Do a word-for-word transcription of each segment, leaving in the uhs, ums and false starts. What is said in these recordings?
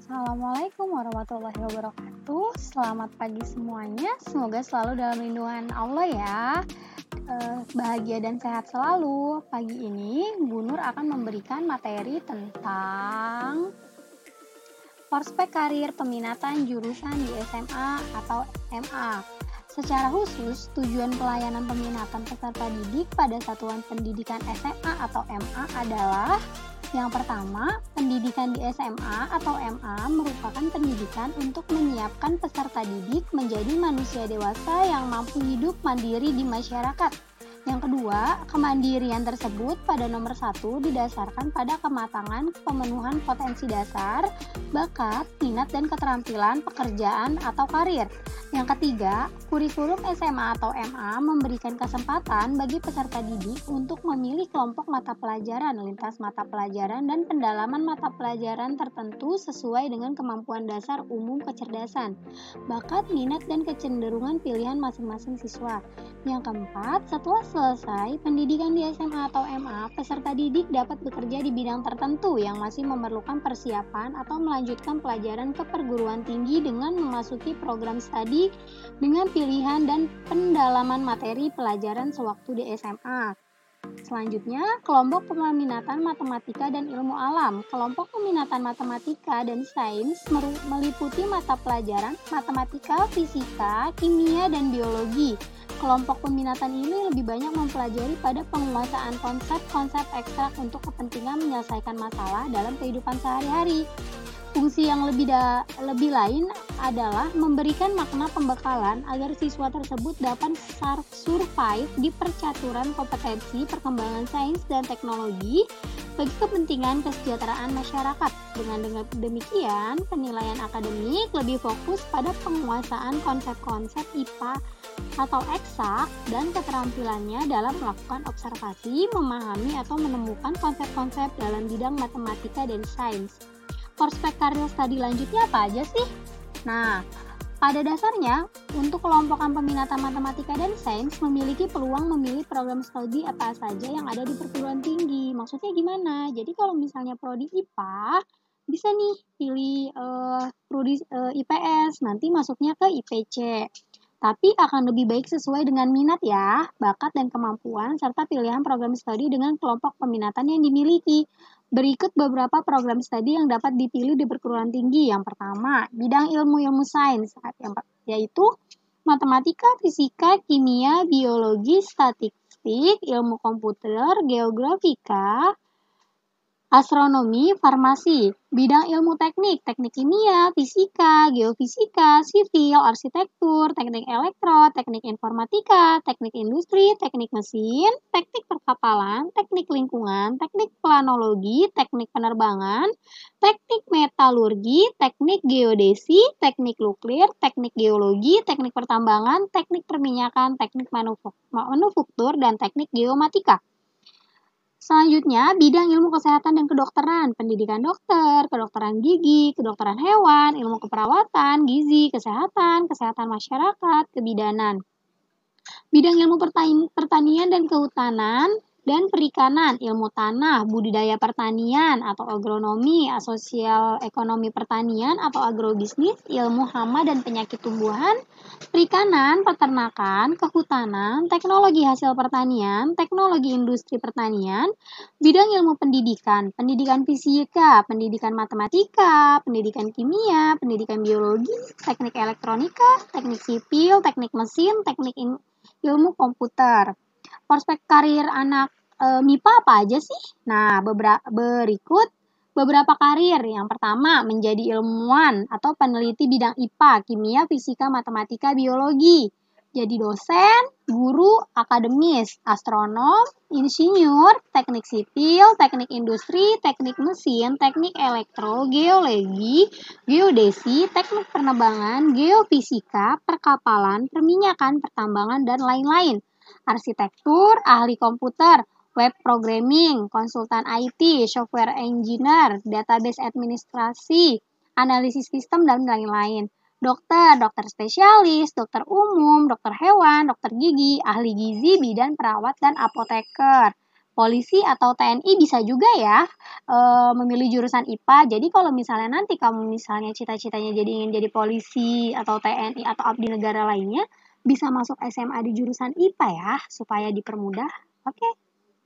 Assalamualaikum warahmatullahi wabarakatuh. Selamat pagi semuanya. Semoga selalu dalam lindungan Allah ya. Eh, bahagia dan sehat selalu. Pagi ini Bu Nur akan memberikan materi tentang prospek karir peminatan jurusan di S M A atau M A. Secara khusus, tujuan pelayanan peminatan peserta didik pada satuan pendidikan S M A atau M A adalah: yang pertama, pendidikan di S M A atau M A merupakan pendidikan untuk menyiapkan peserta didik menjadi manusia dewasa yang mampu hidup mandiri di masyarakat. Yang kedua, kemandirian tersebut pada nomor satu didasarkan pada kematangan pemenuhan potensi dasar, bakat, minat, dan keterampilan pekerjaan atau karir. Yang ketiga, kurikulum S M A atau M A memberikan kesempatan bagi peserta didik untuk memilih kelompok mata pelajaran, lintas mata pelajaran, dan pendalaman mata pelajaran tertentu sesuai dengan kemampuan dasar umum kecerdasan, bakat, minat, dan kecenderungan pilihan masing-masing siswa. Yang keempat, setelah selesai pendidikan di S M A atau M A, peserta didik dapat bekerja di bidang tertentu yang masih memerlukan persiapan atau melanjutkan pelajaran ke perguruan tinggi dengan memasuki program studi dengan pilihan dan pendalaman materi pelajaran sewaktu di S M A. Selanjutnya, kelompok peminatan matematika dan ilmu alam. Kelompok peminatan matematika dan sains meliputi mata pelajaran matematika, fisika, kimia, dan biologi. Kelompok peminatan ini lebih banyak mempelajari pada penguasaan konsep-konsep ekstrak untuk kepentingan menyelesaikan masalah dalam kehidupan sehari-hari. Fungsi yang lebih da, lebih lain adalah memberikan makna pembekalan agar siswa tersebut dapat survive di percaturan kompetensi perkembangan sains dan teknologi bagi kepentingan kesejahteraan masyarakat. Dengan demikian, penilaian akademik lebih fokus pada penguasaan konsep-konsep I P A atau eksak dan keterampilannya dalam melakukan observasi, memahami atau menemukan konsep-konsep dalam bidang matematika dan sains. Prospek karir studi lanjutnya apa aja sih? Nah, pada dasarnya, untuk kelompokan peminatan matematika dan sains memiliki peluang memilih program studi apa saja yang ada di perguruan tinggi. Maksudnya gimana? Jadi kalau misalnya prodi I P A, bisa nih pilih uh, prodi uh, I P S, nanti masuknya ke I P C. Tapi akan lebih baik sesuai dengan minat ya, bakat dan kemampuan, serta pilihan program studi dengan kelompok peminatan yang dimiliki. Berikut beberapa program studi yang dapat dipilih di perguruan tinggi. Yang pertama, bidang ilmu-ilmu sains, yaitu matematika, fisika, kimia, biologi, statistik, ilmu komputer, geografika, astronomi, farmasi. Bidang ilmu teknik, teknik kimia, fisika, geofisika, sivil, arsitektur, teknik elektro, teknik informatika, teknik industri, teknik mesin, teknik perkapalan, teknik lingkungan, teknik planologi, teknik penerbangan, teknik metalurgi, teknik geodesi, teknik nuklir, teknik geologi, teknik pertambangan, teknik perminyakan, teknik manufaktur, dan teknik geomatika. Selanjutnya, bidang ilmu kesehatan dan kedokteran, pendidikan dokter, kedokteran gigi, kedokteran hewan, ilmu keperawatan, gizi, kesehatan, kesehatan masyarakat, kebidanan. Bidang ilmu pertanian dan kehutanan dan perikanan, ilmu tanah, budidaya pertanian atau agronomi, sosial ekonomi pertanian atau agrobisnis, ilmu hama dan penyakit tumbuhan, perikanan, peternakan, kehutanan, teknologi hasil pertanian, teknologi industri pertanian, bidang ilmu pendidikan, pendidikan fisika, pendidikan matematika, pendidikan kimia, pendidikan biologi, teknik elektronika, teknik sipil, teknik mesin, teknik in- ilmu komputer. Prospek karir anak e, M I P A apa aja sih? Nah, beberapa, berikut beberapa karir. Yang pertama, menjadi ilmuwan atau peneliti bidang I P A, kimia, fisika, matematika, biologi. Jadi dosen, guru, akademis, astronom, insinyur, teknik sipil, teknik industri, teknik mesin, teknik elektro, geologi, geodesi, teknik penerbangan, geofisika, perkapalan, perminyakan, pertambangan, dan lain-lain. Arsitektur, ahli komputer, web programming, konsultan I T, software engineer, database administrasi, analisis sistem, dan lain-lain. Dokter, dokter spesialis, dokter umum, dokter hewan, dokter gigi, ahli gizi, bidan, perawat, dan apoteker. polisi atau T N I bisa juga ya e, memilih jurusan I P A. Jadi kalau misalnya nanti kamu misalnya cita-citanya jadi ingin jadi polisi atau T N I atau abdi negara lainnya, bisa masuk S M A di jurusan I P A ya, supaya dipermudah. Oke. Okay.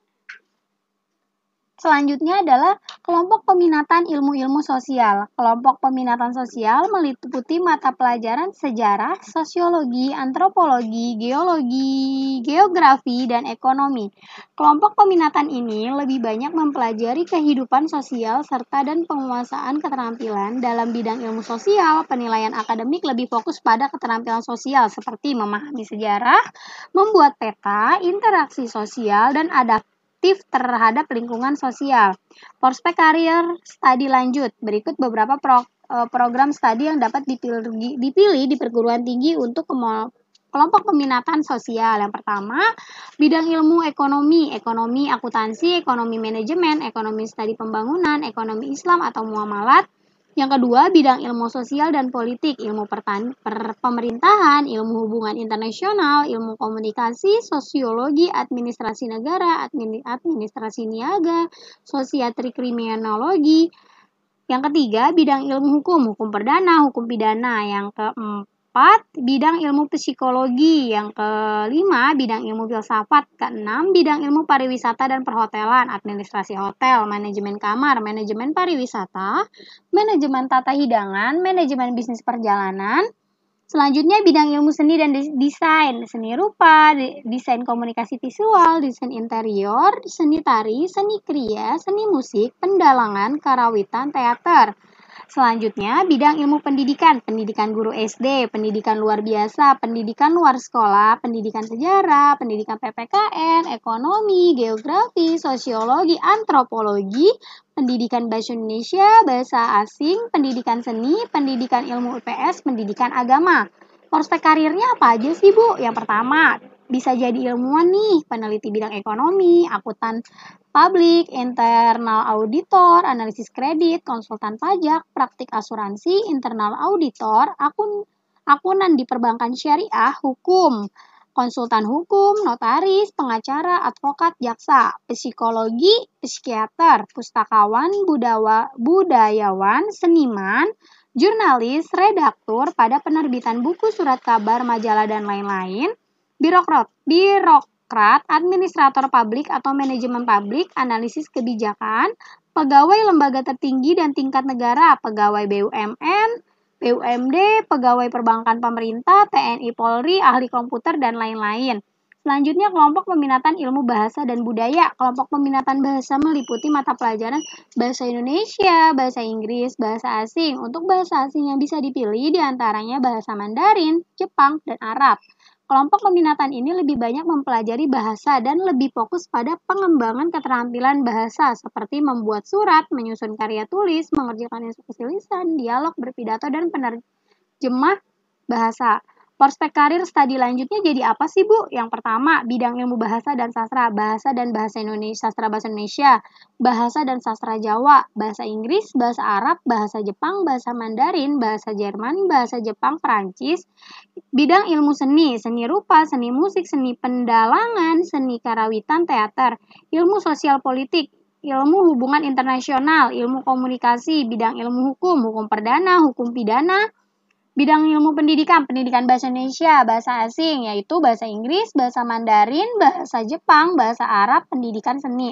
Selanjutnya adalah kelompok peminatan ilmu-ilmu sosial. Kelompok peminatan sosial meliputi mata pelajaran sejarah, sosiologi, antropologi, geologi, geografi, dan ekonomi. Kelompok peminatan ini lebih banyak mempelajari kehidupan sosial serta dan penguasaan keterampilan dalam bidang ilmu sosial. Penilaian akademik lebih fokus pada keterampilan sosial seperti memahami sejarah, membuat peta, interaksi sosial, dan adaptasi terhadap lingkungan sosial. Prospek karir studi lanjut. Berikut beberapa pro, program studi yang dapat dipilih, dipilih di perguruan tinggi untuk kelompok peminatan sosial. Yang pertama, bidang ilmu ekonomi, ekonomi akuntansi, ekonomi manajemen, ekonomi studi pembangunan, ekonomi Islam atau muamalat. Yang kedua, bidang ilmu sosial dan politik, ilmu pertan- per- pemerintahan, ilmu hubungan internasional, ilmu komunikasi, sosiologi, administrasi negara, admin- administrasi niaga, sosiatri kriminologi. Yang ketiga, bidang ilmu hukum, hukum perdana, hukum pidana. Yang keempat, bidang ilmu psikologi. Yang kelima, bidang ilmu filsafat. Keenam, bidang ilmu pariwisata dan perhotelan, administrasi hotel, manajemen kamar, manajemen pariwisata, manajemen tata hidangan, manajemen bisnis perjalanan. Selanjutnya bidang ilmu seni dan desain, seni rupa, desain komunikasi visual, desain interior, seni tari, seni kriya, seni musik, pendalangan, karawitan, teater. Selanjutnya, bidang ilmu pendidikan, pendidikan guru S D, pendidikan luar biasa, pendidikan luar sekolah, pendidikan sejarah, pendidikan P P K N, ekonomi, geografi, sosiologi, antropologi, pendidikan bahasa Indonesia, bahasa asing, pendidikan seni, pendidikan ilmu U P S, pendidikan agama. Prospek karirnya apa aja sih, Bu? Yang pertama, bisa jadi ilmuwan nih, peneliti bidang ekonomi, akuntan publik, internal auditor, analisis kredit, konsultan pajak, praktik asuransi, internal auditor, akun akunan di perbankan syariah, hukum, konsultan hukum, notaris, pengacara, advokat, jaksa, psikologi, psikiater, pustakawan, budawa, budayawan, seniman, jurnalis, redaktur pada penerbitan buku, surat kabar, majalah, dan lain-lain, birokrat, birokrat, administrator publik atau manajemen publik, analisis kebijakan, pegawai lembaga tertinggi dan tingkat negara, pegawai B U M N, B U M D, pegawai perbankan pemerintah, T N I Polri, ahli komputer, dan lain-lain. Selanjutnya, kelompok peminatan ilmu bahasa dan budaya. Kelompok peminatan bahasa meliputi mata pelajaran bahasa Indonesia, bahasa Inggris, bahasa asing. Untuk bahasa asing yang bisa dipilih diantaranya bahasa Mandarin, Jepang, dan Arab. Kelompok peminatan ini lebih banyak mempelajari bahasa dan lebih fokus pada pengembangan keterampilan bahasa seperti membuat surat, menyusun karya tulis, mengerjakan instruksi lisan, dialog, berpidato, dan penerjemah bahasa. Prospek karir studi lanjutnya jadi apa sih, Bu? Yang pertama, bidang ilmu bahasa dan sastra, bahasa dan bahasa Indonesia, sastra bahasa Indonesia, bahasa dan sastra Jawa, bahasa Inggris, bahasa Arab, bahasa Jepang, bahasa Mandarin, bahasa Jerman, bahasa Jepang, Perancis. Bidang ilmu seni, seni rupa, seni musik, seni pendalangan, seni karawitan, teater, ilmu sosial politik, ilmu hubungan internasional, ilmu komunikasi, bidang ilmu hukum, hukum perdana, hukum pidana, bidang ilmu pendidikan, pendidikan bahasa Indonesia, bahasa asing, yaitu bahasa Inggris, bahasa Mandarin, bahasa Jepang, bahasa Arab, pendidikan seni.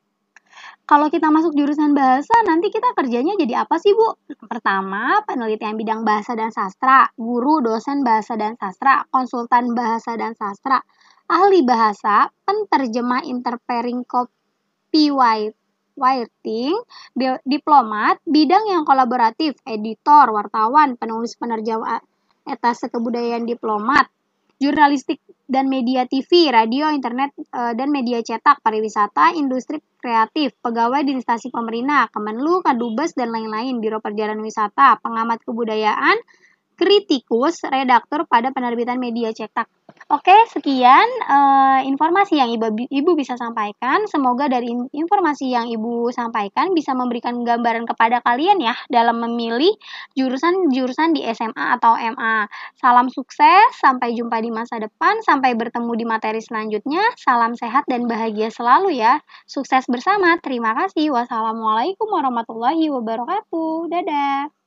Kalau kita masuk jurusan bahasa, nanti kita kerjanya jadi apa sih, Bu? Pertama, penelitian bidang bahasa dan sastra, guru dosen bahasa dan sastra, konsultan bahasa dan sastra, ahli bahasa, penterjemah interpreting copyright, writing, diplomat, bidang yang kolaboratif, editor, wartawan, penulis penerjemah etase kebudayaan diplomat, jurnalistik dan media T V, radio, internet, dan media cetak, pariwisata, industri kreatif, pegawai di instansi pemerintah, Kemenlu, Kadubes, dan lain-lain, Biro Perjalanan Wisata, pengamat kebudayaan, kritikus, redaktur pada penerbitan media cetak. Oke, sekian uh, informasi yang ibu, ibu bisa sampaikan. Semoga dari informasi yang Ibu sampaikan bisa memberikan gambaran kepada kalian ya dalam memilih jurusan-jurusan di S M A atau M A. Salam sukses, sampai jumpa di masa depan, sampai bertemu di materi selanjutnya. Salam sehat dan bahagia selalu ya. Sukses bersama. Terima kasih. Wassalamualaikum warahmatullahi wabarakatuh. Dadah.